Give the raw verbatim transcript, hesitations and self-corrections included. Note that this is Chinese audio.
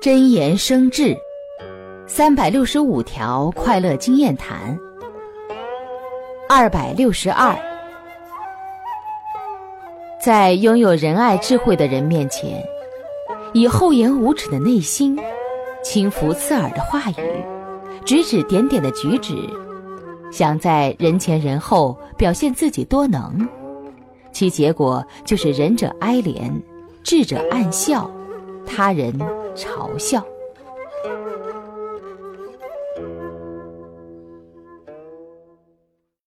真言生智，三百六十五条快乐经验谈。二百六十二，在拥有仁爱智慧的人面前，以厚颜无耻的内心，轻浮刺耳的话语，指指点点的举止，想在人前人后表现自己多能，其结果就是仁者哀怜，智者暗笑，他人嘲笑。